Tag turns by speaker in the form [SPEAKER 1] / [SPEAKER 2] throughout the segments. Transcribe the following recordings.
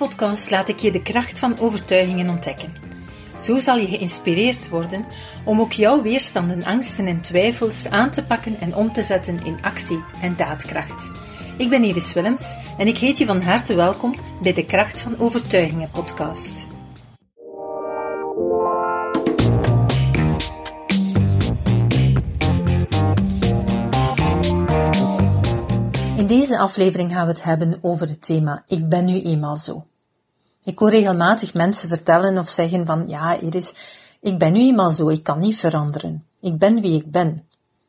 [SPEAKER 1] podcast laat ik je de kracht van overtuigingen ontdekken. Zo zal je geïnspireerd worden om ook jouw weerstanden, angsten en twijfels aan te pakken en om te zetten in actie en daadkracht. Ik ben Iris Willems en ik heet je van harte welkom bij de Kracht van Overtuigingen podcast. In deze aflevering gaan we het hebben over het thema Ik ben nu eenmaal zo. Ik hoor regelmatig mensen vertellen of zeggen van ja Iris, ik ben nu eenmaal zo, ik kan niet veranderen. Ik ben wie ik ben.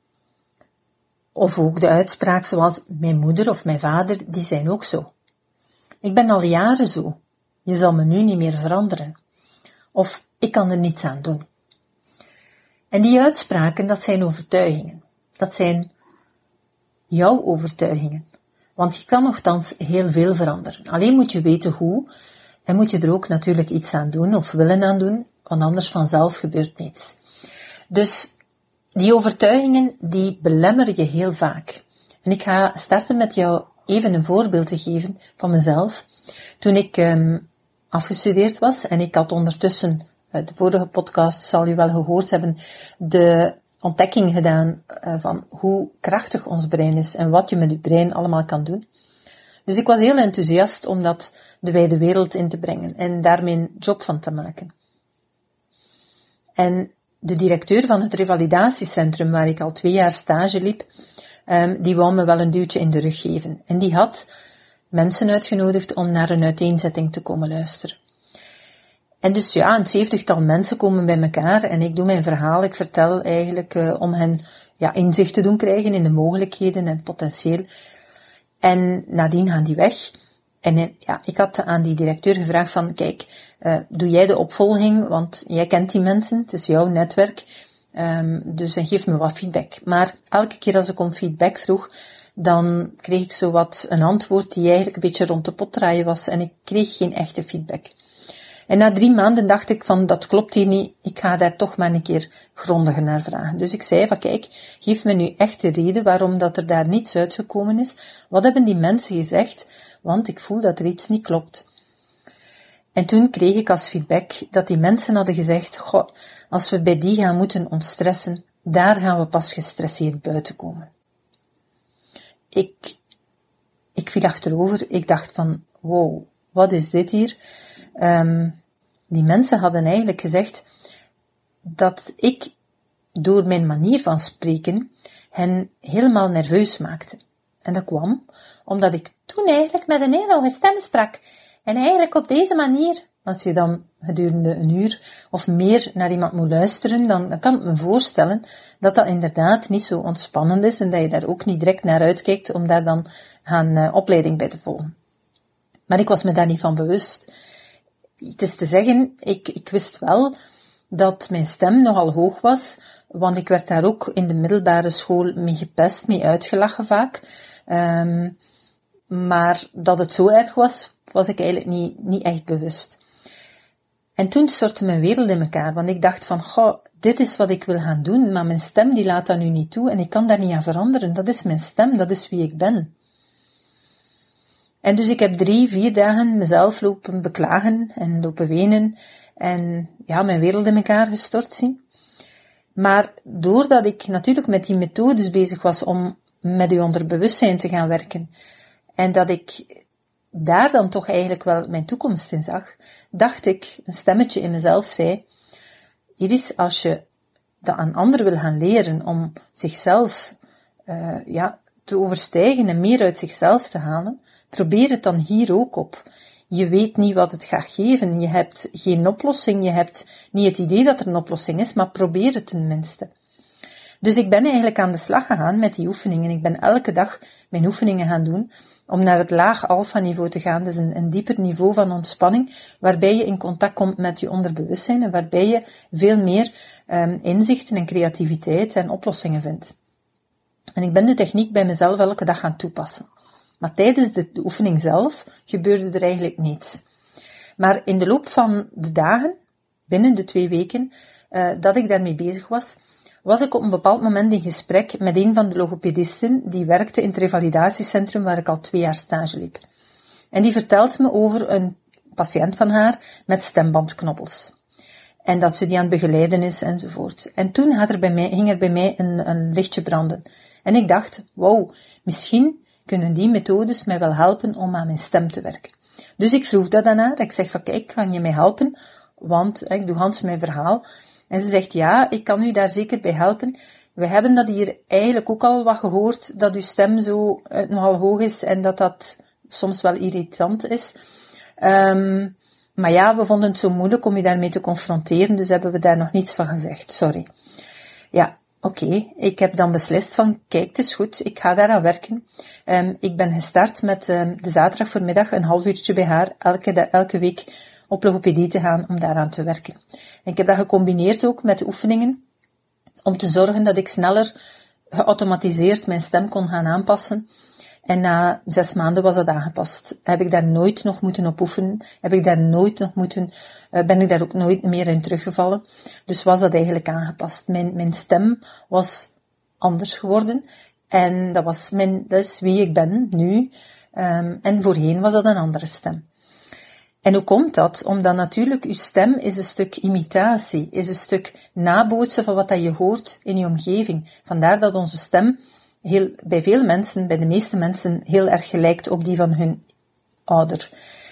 [SPEAKER 1] Of ook de uitspraak zoals mijn moeder of mijn vader, die zijn ook zo. Ik ben al jaren zo, je zal me nu niet meer veranderen. Of ik kan er niets aan doen. En die uitspraken, dat zijn overtuigingen. Dat zijn jouw overtuigingen. Want je kan nochtans heel veel veranderen. Alleen moet je weten hoe en moet je er ook natuurlijk iets aan doen of willen aan doen, want anders vanzelf gebeurt niets. Dus die overtuigingen, die belemmeren je heel vaak. En ik ga starten met jou even een voorbeeld te geven van mezelf. Toen ik afgestudeerd was en ik had ondertussen, de vorige podcast zal je wel gehoord hebben, de ontdekking gedaan van hoe krachtig ons brein is en wat je met je brein allemaal kan doen. Dus ik was heel enthousiast om dat de wijde wereld in te brengen en daar mijn job van te maken. En de directeur van het revalidatiecentrum, waar ik al 2 jaar stage liep, die wou me wel een duwtje in de rug geven. En die had mensen uitgenodigd om naar een uiteenzetting te komen luisteren. En dus ja, een 70-tal mensen komen bij elkaar en ik doe mijn verhaal. Ik vertel eigenlijk om hen inzicht te doen krijgen in de mogelijkheden en het potentieel. En nadien gaan die weg. En ik had aan die directeur gevraagd van, kijk, doe jij de opvolging, want jij kent die mensen, het is jouw netwerk, dus en geef me wat feedback. Maar elke keer als ik om feedback vroeg, dan kreeg ik zowat een antwoord die eigenlijk een beetje rond de pot draaien was en ik kreeg geen echte feedback. En na 3 maanden dacht ik van, dat klopt hier niet, ik ga daar toch maar een keer grondiger naar vragen. Dus ik zei van, kijk, geef me nu echt de reden waarom dat er daar niets uitgekomen is. Wat hebben die mensen gezegd? Want ik voel dat er iets niet klopt. En toen kreeg ik als feedback dat die mensen hadden gezegd, goh, als we bij die gaan moeten ontstressen, daar gaan we pas gestresseerd buiten komen. Ik viel achterover, ik dacht van, wow, wat is dit hier? Die mensen hadden eigenlijk gezegd dat ik door mijn manier van spreken hen helemaal nerveus maakte. En dat kwam omdat ik toen eigenlijk met een hele hoge stem sprak. En eigenlijk op deze manier, als je dan gedurende 1 uur of meer naar iemand moet luisteren, dan kan ik me voorstellen dat dat inderdaad niet zo ontspannend is en dat je daar ook niet direct naar uitkijkt om daar dan een opleiding bij te volgen. Maar ik was me daar niet van bewust. Het is te zeggen, ik wist wel dat mijn stem nogal hoog was, want ik werd daar ook in de middelbare school mee gepest, mee uitgelachen vaak. Maar dat het zo erg was ik eigenlijk niet echt bewust. En toen stortte mijn wereld in elkaar, want ik dacht van, goh, dit is wat ik wil gaan doen, maar mijn stem die laat dat nu niet toe en ik kan daar niet aan veranderen. Dat is mijn stem, dat is wie ik ben. En dus ik heb 3-4 dagen mezelf lopen beklagen en lopen wenen en mijn wereld in elkaar gestort zien. Maar doordat ik natuurlijk met die methodes bezig was om met uw onderbewustzijn te gaan werken en dat ik daar dan toch eigenlijk wel mijn toekomst in zag, dacht ik, een stemmetje in mezelf zei, Iris, als je dat aan anderen wil gaan leren om zichzelf te overstijgen en meer uit zichzelf te halen, probeer het dan hier ook op. Je weet niet wat het gaat geven, je hebt geen oplossing, je hebt niet het idee dat er een oplossing is, maar probeer het tenminste. Dus ik ben eigenlijk aan de slag gegaan met die oefeningen. Ik ben elke dag mijn oefeningen gaan doen om naar het laag alfa niveau te gaan, dus een dieper niveau van ontspanning, waarbij je in contact komt met je onderbewustzijn en waarbij je veel meer inzichten en creativiteit en oplossingen vindt. En ik ben de techniek bij mezelf elke dag gaan toepassen. Maar tijdens de oefening zelf gebeurde er eigenlijk niets. Maar in de loop van de dagen, binnen de 2 weken dat ik daarmee bezig was ik op een bepaald moment in gesprek met een van de logopedisten die werkte in het revalidatiecentrum waar ik al 2 jaar stage liep. En die vertelt me over een patiënt van haar met stembandknobbels. En dat ze die aan het begeleiden is enzovoort. En toen ging er bij mij een lichtje branden. En ik dacht, wauw, misschien kunnen die methodes mij wel helpen om aan mijn stem te werken. Dus ik vroeg dat aan haar. Ik zeg van, kijk, kan je mij helpen? Want ik doe Hans mijn verhaal. En ze zegt, ja, ik kan u daar zeker bij helpen. We hebben dat hier eigenlijk ook al wat gehoord, dat uw stem zo nogal hoog is en dat soms wel irritant is. Maar ja, we vonden het zo moeilijk om u daarmee te confronteren, dus hebben we daar nog niets van gezegd. Sorry. Ja, oké. Ik heb dan beslist van, kijk, het is goed, ik ga daaraan werken. Ik ben gestart met de zaterdag voormiddag een half uurtje bij haar, elke week op logopedie te gaan om daaraan te werken. En ik heb dat gecombineerd ook met de oefeningen, om te zorgen dat ik sneller geautomatiseerd mijn stem kon gaan aanpassen. En na 6 maanden was dat aangepast. Heb ik daar nooit nog moeten op oefenen. Ben ik daar ook nooit meer in teruggevallen. Dus was dat eigenlijk aangepast. Mijn stem was anders geworden. En dat is wie ik ben nu. En voorheen was dat een andere stem. En hoe komt dat? Omdat natuurlijk uw stem is een stuk imitatie, is een stuk nabootsen van wat dat je hoort in je omgeving. Vandaar dat onze stem bij veel mensen, bij de meeste mensen, heel erg gelijkt op die van hun ouder.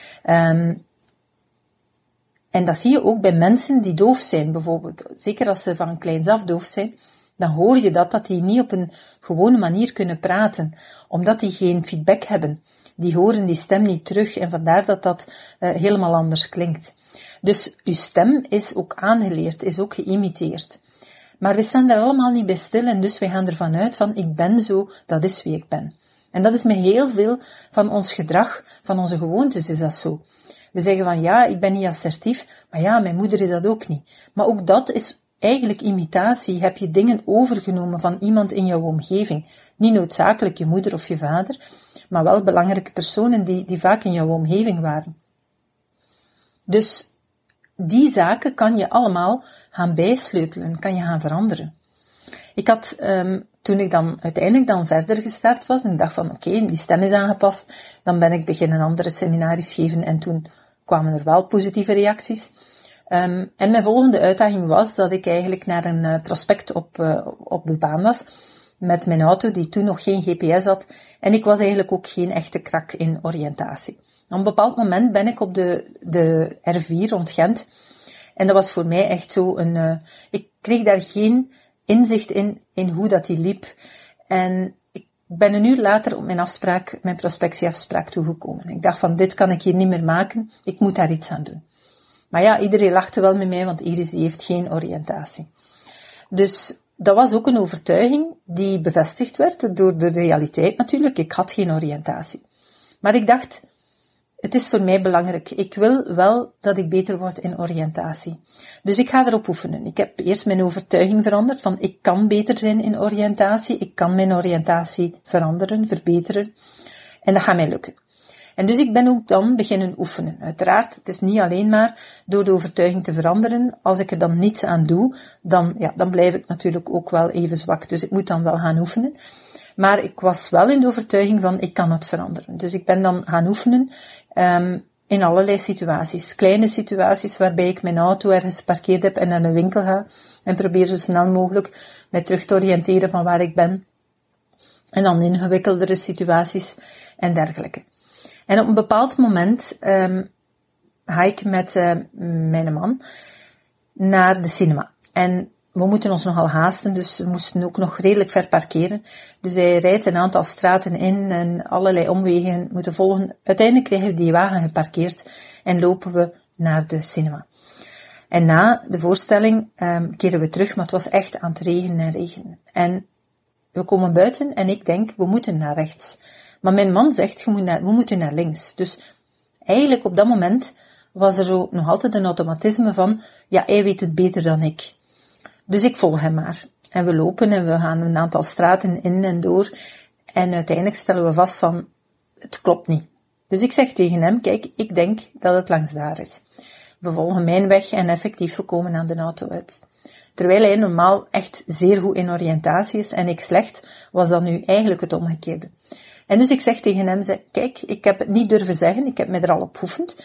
[SPEAKER 1] En dat zie je ook bij mensen die doof zijn, bijvoorbeeld. Zeker als ze van kleins af doof zijn, dan hoor je dat die niet op een gewone manier kunnen praten, omdat die geen feedback hebben. Die horen die stem niet terug en vandaar dat helemaal anders klinkt. Dus uw stem is ook aangeleerd, is ook geïmiteerd. Maar we staan daar allemaal niet bij stil en dus wij gaan ervan uit van ik ben zo, dat is wie ik ben. En dat is met heel veel van ons gedrag, van onze gewoontes is dat zo. We zeggen van ja, ik ben niet assertief, maar ja, mijn moeder is dat ook niet. Maar ook dat is eigenlijk imitatie. Heb je dingen overgenomen van iemand in jouw omgeving. Niet noodzakelijk je moeder of je vader, maar wel belangrijke personen die vaak in jouw omgeving waren. Dus die zaken kan je allemaal gaan bijsleutelen, kan je gaan veranderen. Ik had, toen ik dan uiteindelijk verder gestart was, en ik dacht van oké, die stem is aangepast, dan ben ik beginnen andere seminaries geven en toen kwamen er wel positieve reacties. En mijn volgende uitdaging was dat ik eigenlijk naar een prospect op de baan was, met mijn auto die toen nog geen GPS had, en ik was eigenlijk ook geen echte krak in oriëntatie. Op een bepaald moment ben ik op de R4 rond Gent, en dat was voor mij echt zo ik kreeg daar geen inzicht in hoe dat die liep. En ik ben een uur later op mijn prospectieafspraak toegekomen. Ik dacht van, dit kan ik hier niet meer maken, ik moet daar iets aan doen. Maar ja, iedereen lachte wel met mij, want Iris die heeft geen oriëntatie. Dus dat was ook een overtuiging die bevestigd werd door de realiteit natuurlijk. Ik had geen oriëntatie. Maar ik dacht, het is voor mij belangrijk. Ik wil wel dat ik beter word in oriëntatie. Dus ik ga erop oefenen. Ik heb eerst mijn overtuiging veranderd van ik kan beter zijn in oriëntatie. Ik kan mijn oriëntatie veranderen, verbeteren. En dat gaat mij lukken. En dus ik ben ook dan beginnen oefenen. Uiteraard, het is niet alleen maar door de overtuiging te veranderen. Als ik er dan niets aan doe, dan blijf ik natuurlijk ook wel even zwak. Dus ik moet dan wel gaan oefenen. Maar ik was wel in de overtuiging van, ik kan het veranderen. Dus ik ben dan gaan oefenen in allerlei situaties. Kleine situaties waarbij ik mijn auto ergens geparkeerd heb en naar een winkel ga. En probeer zo snel mogelijk mij terug te oriënteren van waar ik ben. En dan ingewikkeldere situaties en dergelijke. En op een bepaald moment ga ik met mijn man naar de cinema. En we moeten ons nogal haasten, dus we moesten ook nog redelijk ver parkeren. Dus hij rijdt een aantal straten in en allerlei omwegen moeten volgen. Uiteindelijk krijgen we die wagen geparkeerd en lopen we naar de cinema. En na de voorstelling keren we terug, maar het was echt aan het regenen. En we komen buiten en ik denk, we moeten naar rechts. Maar mijn man zegt, we moeten naar links. Dus eigenlijk op dat moment was er zo nog altijd een automatisme van, ja, hij weet het beter dan ik. Dus ik volg hem maar. En we lopen en we gaan een aantal straten in en door. En uiteindelijk stellen we vast van, het klopt niet. Dus ik zeg tegen hem, kijk, ik denk dat het langs daar is. We volgen mijn weg en effectief we komen aan de auto uit. Terwijl hij normaal echt zeer goed in oriëntatie is en ik slecht, was dat nu eigenlijk het omgekeerde. En dus ik zeg tegen hem, kijk, ik heb het niet durven zeggen, ik heb me er al op geoefend.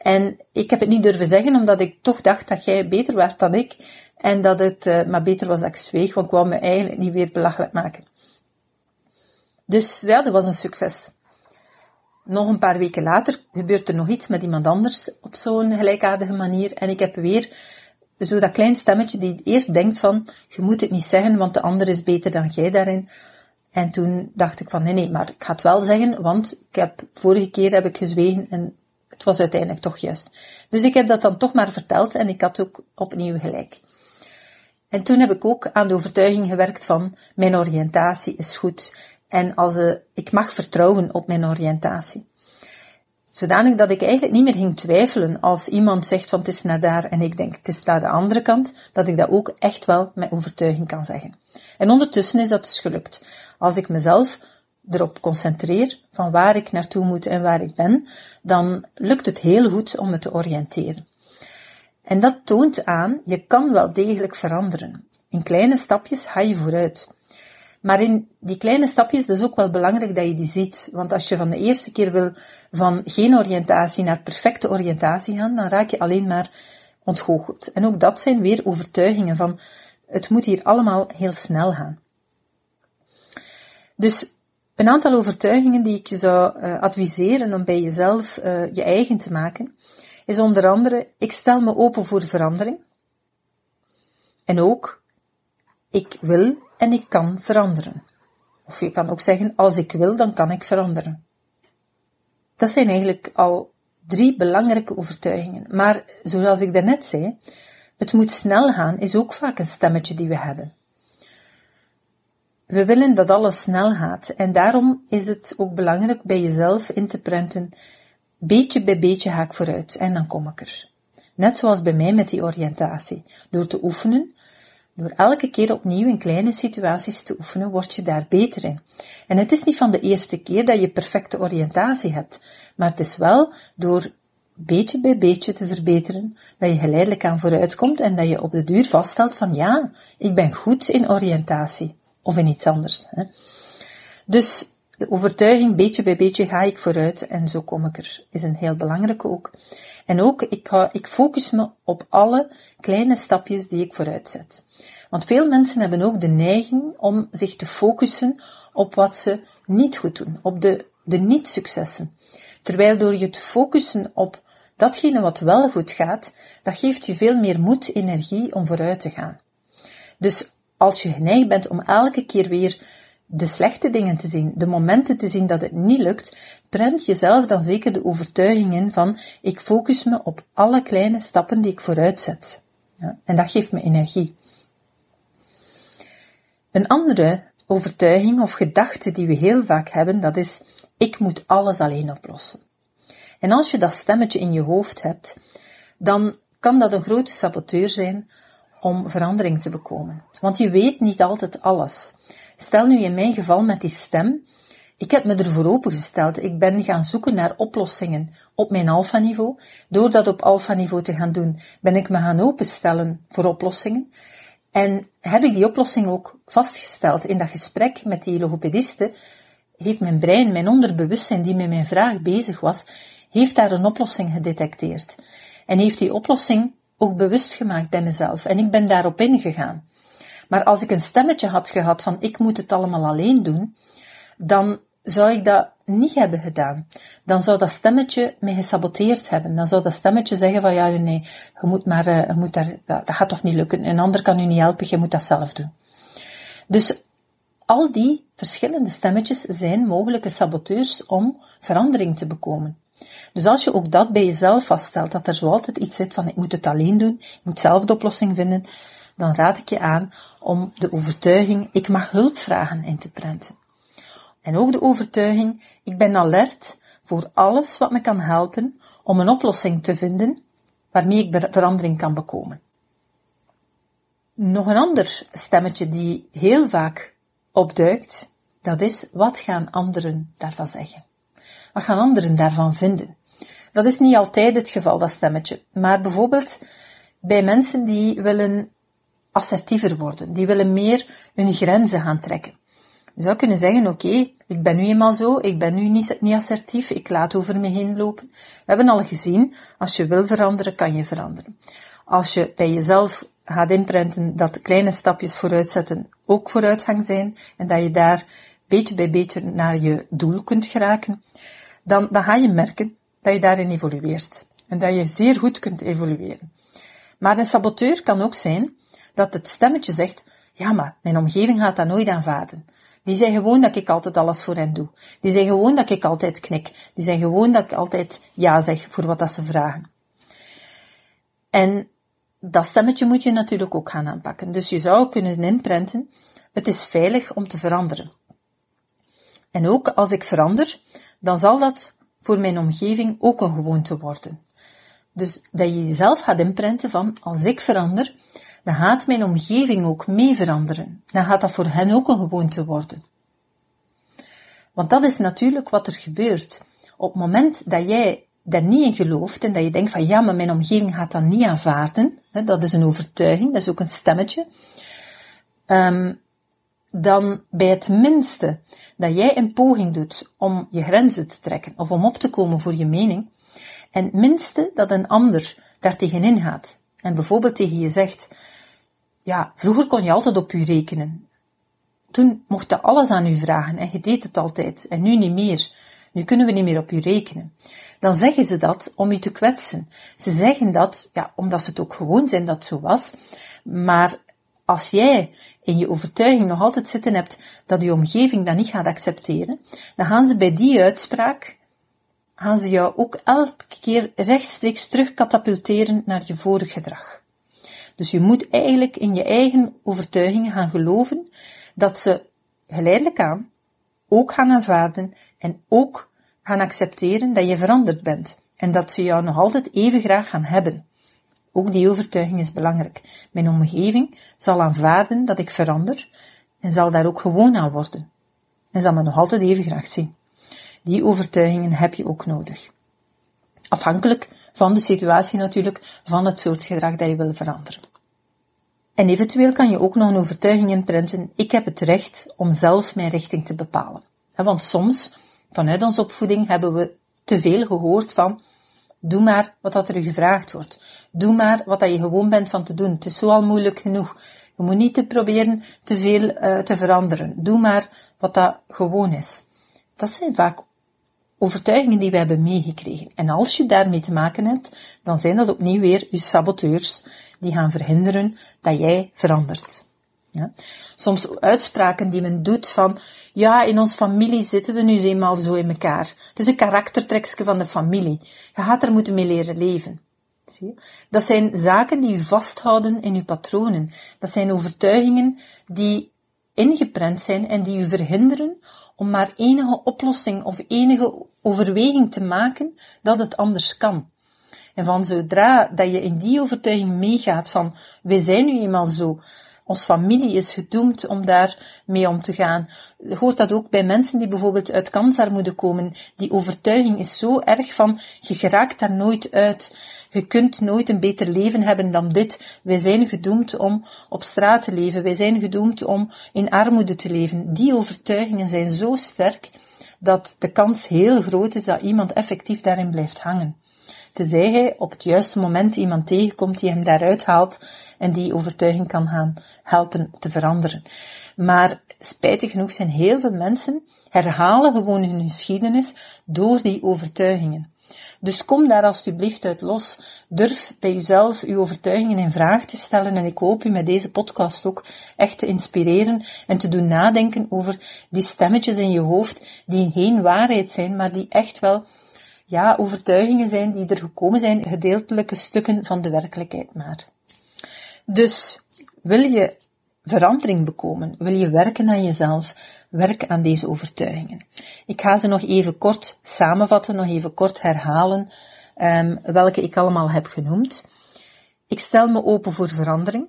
[SPEAKER 1] En ik heb het niet durven zeggen, omdat ik toch dacht dat jij beter werd dan ik. En dat het maar beter was dat ik zweeg, want ik wou me eigenlijk niet weer belachelijk maken. Dus ja, dat was een succes. Nog een paar weken later gebeurt er nog iets met iemand anders op zo'n gelijkaardige manier. En ik heb weer zo dat klein stemmetje die eerst denkt van, je moet het niet zeggen, want de ander is beter dan jij daarin. En toen dacht ik van, nee, maar ik ga het wel zeggen, want vorige keer heb ik gezwegen en het was uiteindelijk toch juist. Dus ik heb dat dan toch maar verteld en ik had ook opnieuw gelijk. En toen heb ik ook aan de overtuiging gewerkt van, mijn oriëntatie is goed. En ik mag vertrouwen op mijn oriëntatie. Zodanig dat ik eigenlijk niet meer ging twijfelen als iemand zegt van het is naar daar en ik denk het is naar de andere kant, dat ik dat ook echt wel met overtuiging kan zeggen. En ondertussen is dat dus gelukt. Als ik mezelf erop concentreer van waar ik naartoe moet en waar ik ben, dan lukt het heel goed om me te oriënteren. En dat toont aan, je kan wel degelijk veranderen. In kleine stapjes ga je vooruit. Maar in die kleine stapjes, dat is ook wel belangrijk dat je die ziet. Want als je van de eerste keer wil van geen oriëntatie naar perfecte oriëntatie gaan, dan raak je alleen maar ontgoocheld. En ook dat zijn weer overtuigingen van, het moet hier allemaal heel snel gaan. Dus een aantal overtuigingen die ik je zou adviseren om bij jezelf je eigen te maken, is onder andere, ik stel me open voor verandering. En ook, ik wil en ik kan veranderen. Of je kan ook zeggen, als ik wil, dan kan ik veranderen. Dat zijn eigenlijk al 3 belangrijke overtuigingen. Maar zoals ik daarnet zei, het moet snel gaan is ook vaak een stemmetje die we hebben. We willen dat alles snel gaat en daarom is het ook belangrijk bij jezelf in te prenten, beetje bij beetje ga ik vooruit en dan kom ik er. Net zoals bij mij met die oriëntatie. Door te oefenen, door elke keer opnieuw in kleine situaties te oefenen, word je daar beter in. En het is niet van de eerste keer dat je perfecte oriëntatie hebt, maar het is wel door beetje bij beetje te verbeteren, dat je geleidelijk aan vooruit komt en dat je op de duur vaststelt van ja, ik ben goed in oriëntatie. Of in iets anders. Hè. Dus de overtuiging, beetje bij beetje ga ik vooruit en zo kom ik er, is een heel belangrijke ook. En ook, ik focus me op alle kleine stapjes die ik vooruit zet. Want veel mensen hebben ook de neiging om zich te focussen op wat ze niet goed doen, op de niet-successen. Terwijl door je te focussen op datgene wat wel goed gaat, dat geeft je veel meer moed, energie om vooruit te gaan. Dus als je geneigd bent om elke keer weer de slechte dingen te zien, de momenten te zien dat het niet lukt, prent jezelf dan zeker de overtuiging in van, ik focus me op alle kleine stappen die ik vooruit zet. Ja, en dat geeft me energie. Een andere overtuiging of gedachte die we heel vaak hebben, dat is, ik moet alles alleen oplossen. En als je dat stemmetje in je hoofd hebt, dan kan dat een grote saboteur zijn om verandering te bekomen. Want je weet niet altijd alles. Stel nu in mijn geval met die stem, ik heb me ervoor opengesteld. Ik ben gaan zoeken naar oplossingen op mijn alfa-niveau. Door dat op alfa-niveau te gaan doen, ben ik me gaan openstellen voor oplossingen. En heb ik die oplossing ook vastgesteld in dat gesprek met die logopediste, heeft mijn brein, mijn onderbewustzijn die met mijn vraag bezig was, heeft daar een oplossing gedetecteerd. En heeft die oplossing ook bewust gemaakt bij mezelf. En ik ben daarop ingegaan. Maar als ik een stemmetje had gehad van ik moet het allemaal alleen doen, dan zou ik dat niet hebben gedaan. Dan zou dat stemmetje mij gesaboteerd hebben. Dan zou dat stemmetje zeggen van ja, nee, dat gaat toch niet lukken. Een ander kan u niet helpen, je moet dat zelf doen. Dus al die verschillende stemmetjes zijn mogelijke saboteurs om verandering te bekomen. Dus als je ook dat bij jezelf vaststelt, dat er zo altijd iets zit van ik moet het alleen doen, ik moet zelf de oplossing vinden, dan raad ik je aan om de overtuiging ik mag hulp vragen in te prenten. En ook de overtuiging ik ben alert voor alles wat me kan helpen om een oplossing te vinden waarmee ik verandering kan bekomen. Nog een ander stemmetje die heel vaak opduikt, dat is wat gaan anderen daarvan zeggen? Wat gaan anderen daarvan vinden? Dat is niet altijd het geval, dat stemmetje. Maar bijvoorbeeld bij mensen die willen assertiever worden, die willen meer hun grenzen gaan trekken. Je zou kunnen zeggen, oké, ik ben nu eenmaal zo, ik ben nu niet assertief, ik laat over me heen lopen. We hebben al gezien, als je wil veranderen, kan je veranderen. Als je bij jezelf gaat inprenten dat kleine stapjes vooruitzetten ook vooruitgang zijn, en dat je daar beetje bij beetje naar je doel kunt geraken, dan ga je merken dat je daarin evolueert. En dat je zeer goed kunt evolueren. Maar een saboteur kan ook zijn dat het stemmetje zegt, ja, maar mijn omgeving gaat dat nooit aanvaarden. Die zeggen gewoon dat ik altijd alles voor hen doe. Die zeggen gewoon dat ik altijd knik. Die zeggen gewoon dat ik altijd ja zeg voor wat dat ze vragen. En dat stemmetje moet je natuurlijk ook gaan aanpakken. Dus je zou kunnen inprenten, het is veilig om te veranderen. En ook als ik verander, dan zal dat voor mijn omgeving ook een gewoonte worden. Dus dat je jezelf gaat inprenten van, als ik verander, dan gaat mijn omgeving ook mee veranderen. Dan gaat dat voor hen ook een gewoonte worden. Want dat is natuurlijk wat er gebeurt. Op het moment dat jij daar niet in gelooft en dat je denkt van, ja, maar mijn omgeving gaat dat niet aanvaarden, hè, dat is een overtuiging, dat is ook een stemmetje, dan bij het minste dat jij een poging doet om je grenzen te trekken of om op te komen voor je mening, en het minste dat een ander daar tegenin gaat en bijvoorbeeld tegen je zegt, ja, vroeger kon je altijd op u rekenen. Toen mocht je alles aan u vragen en je deed het altijd en nu niet meer. Nu kunnen we niet meer op u rekenen. Dan zeggen ze dat om u te kwetsen. Ze zeggen dat, ja, omdat ze het ook gewoon zijn dat het zo was, maar als jij in je overtuiging nog altijd zitten hebt dat je omgeving dat niet gaat accepteren, dan gaan ze bij die uitspraak, gaan ze jou ook elke keer rechtstreeks terug katapulteren naar je vorig gedrag. Dus je moet eigenlijk in je eigen overtuigingen gaan geloven dat ze geleidelijk aan ook gaan aanvaarden en ook gaan accepteren dat je veranderd bent en dat ze jou nog altijd even graag gaan hebben. Ook die overtuiging is belangrijk. Mijn omgeving zal aanvaarden dat ik verander en zal daar ook gewoon aan worden. En zal me nog altijd even graag zien. Die overtuigingen heb je ook nodig. Afhankelijk van de situatie natuurlijk, van het soort gedrag dat je wil veranderen. En eventueel kan je ook nog een overtuiging inprenten, ik heb het recht om zelf mijn richting te bepalen. Want soms, vanuit onze opvoeding, hebben we te veel gehoord van, doe maar wat dat er gevraagd wordt. Doe maar wat dat je gewoon bent van te doen. Het is zo al moeilijk genoeg. Je moet niet te proberen te veel te veranderen. Doe maar wat dat gewoon is. Dat zijn vaak overtuigingen die we hebben meegekregen. En als je daarmee te maken hebt, dan zijn dat opnieuw weer je saboteurs die gaan verhinderen dat jij verandert. Ja. Soms uitspraken die men doet van, ja, in onze familie zitten we nu eenmaal zo in elkaar. Het is een karaktertrekje van de familie. Je gaat er moeten mee leren leven. Zie je? Dat zijn zaken die u vasthouden in uw patronen. Dat zijn overtuigingen die ingeprent zijn en die u verhinderen om maar enige oplossing of enige overweging te maken dat het anders kan. En van zodra dat je in die overtuiging meegaat van, wij zijn nu eenmaal zo, ons familie is gedoemd om daar mee om te gaan. Hoort dat ook bij mensen die bijvoorbeeld uit kansarmoede komen. Die overtuiging is zo erg van, je geraakt daar nooit uit. Je kunt nooit een beter leven hebben dan dit. Wij zijn gedoemd om op straat te leven. Wij zijn gedoemd om in armoede te leven. Die overtuigingen zijn zo sterk dat de kans heel groot is dat iemand effectief daarin blijft hangen. Tenzij hij op het juiste moment iemand tegenkomt die hem daaruit haalt en die overtuiging kan gaan helpen te veranderen. Maar spijtig genoeg zijn heel veel mensen herhalen gewoon hun geschiedenis door die overtuigingen. Dus kom daar alsjeblieft uit los. Durf bij jezelf uw overtuigingen in vraag te stellen en ik hoop u met deze podcast ook echt te inspireren en te doen nadenken over die stemmetjes in je hoofd die geen waarheid zijn, maar die echt wel overtuigingen zijn die er gekomen zijn, gedeeltelijke stukken van de werkelijkheid maar. Dus, wil je verandering bekomen, wil je werken aan jezelf, werk aan deze overtuigingen. Ik ga ze nog even kort samenvatten, nog even kort herhalen, welke ik allemaal heb genoemd. Ik stel me open voor verandering.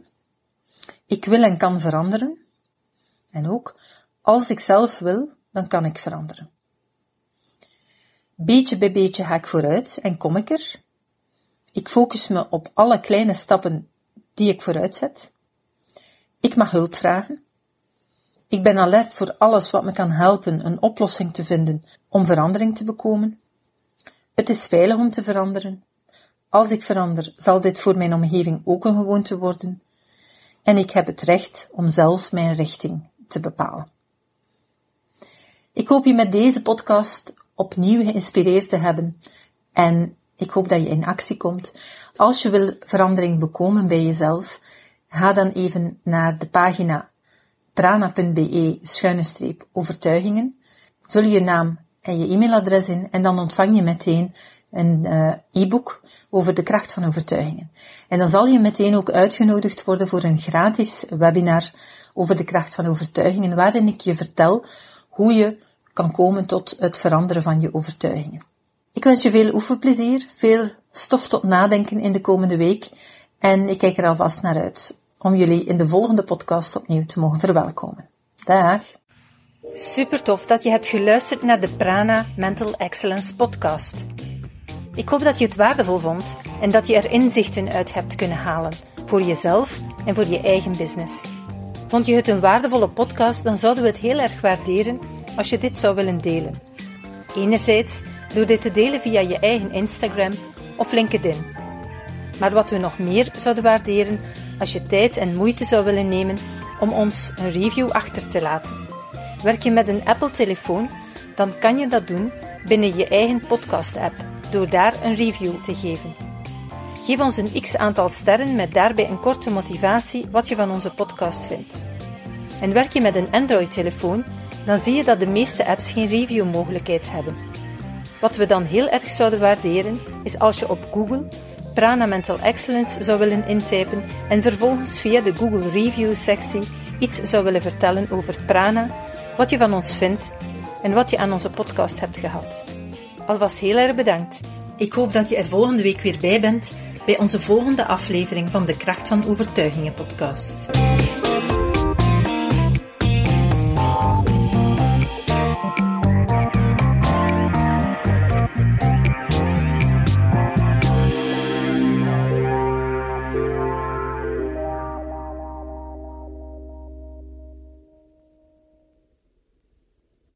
[SPEAKER 1] Ik wil en kan veranderen. En ook, als ik zelf wil, dan kan ik veranderen. Beetje bij beetje ga ik vooruit en kom ik er. Ik focus me op alle kleine stappen die ik vooruit zet. Ik mag hulp vragen. Ik ben alert voor alles wat me kan helpen een oplossing te vinden om verandering te bekomen. Het is veilig om te veranderen. Als ik verander, zal dit voor mijn omgeving ook een gewoonte worden. En ik heb het recht om zelf mijn richting te bepalen. Ik hoop je met deze podcast opnieuw geïnspireerd te hebben en ik hoop dat je in actie komt. Als je wil verandering bekomen bij jezelf, ga dan even naar de pagina prana.be/overtuigingen. Vul je naam en je e-mailadres in en dan ontvang je meteen een e-book over de kracht van overtuigingen. En dan zal je meteen ook uitgenodigd worden voor een gratis webinar over de kracht van overtuigingen, waarin ik je vertel hoe je kan komen tot het veranderen van je overtuigingen. Ik wens je veel oefenplezier, veel stof tot nadenken in de komende week en ik kijk er alvast naar uit om jullie in de volgende podcast opnieuw te mogen verwelkomen. Dag! Super tof dat je hebt geluisterd naar de Prana Mental Excellence podcast. Ik hoop dat je het waardevol vond en dat je er inzichten uit hebt kunnen halen voor jezelf en voor je eigen business. Vond je het een waardevolle podcast, dan zouden we het heel erg waarderen als je dit zou willen delen. Enerzijds door dit te delen via je eigen Instagram of LinkedIn. Maar wat we nog meer zouden waarderen, als je tijd en moeite zou willen nemen om ons een review achter te laten. Werk je met een Apple-telefoon, dan kan je dat doen binnen je eigen podcast-app, door daar een review te geven. Geef ons een x-aantal sterren met daarbij een korte motivatie wat je van onze podcast vindt. En werk je met een Android-telefoon, dan zie je dat de meeste apps geen review-mogelijkheid hebben. Wat we dan heel erg zouden waarderen, is als je op Google Prana Mental Excellence zou willen intypen en vervolgens via de Google Review-sectie iets zou willen vertellen over Prana, wat je van ons vindt en wat je aan onze podcast hebt gehad. Alvast heel erg bedankt. Ik hoop dat je er volgende week weer bij bent bij onze volgende aflevering van de Kracht van Overtuigingen podcast.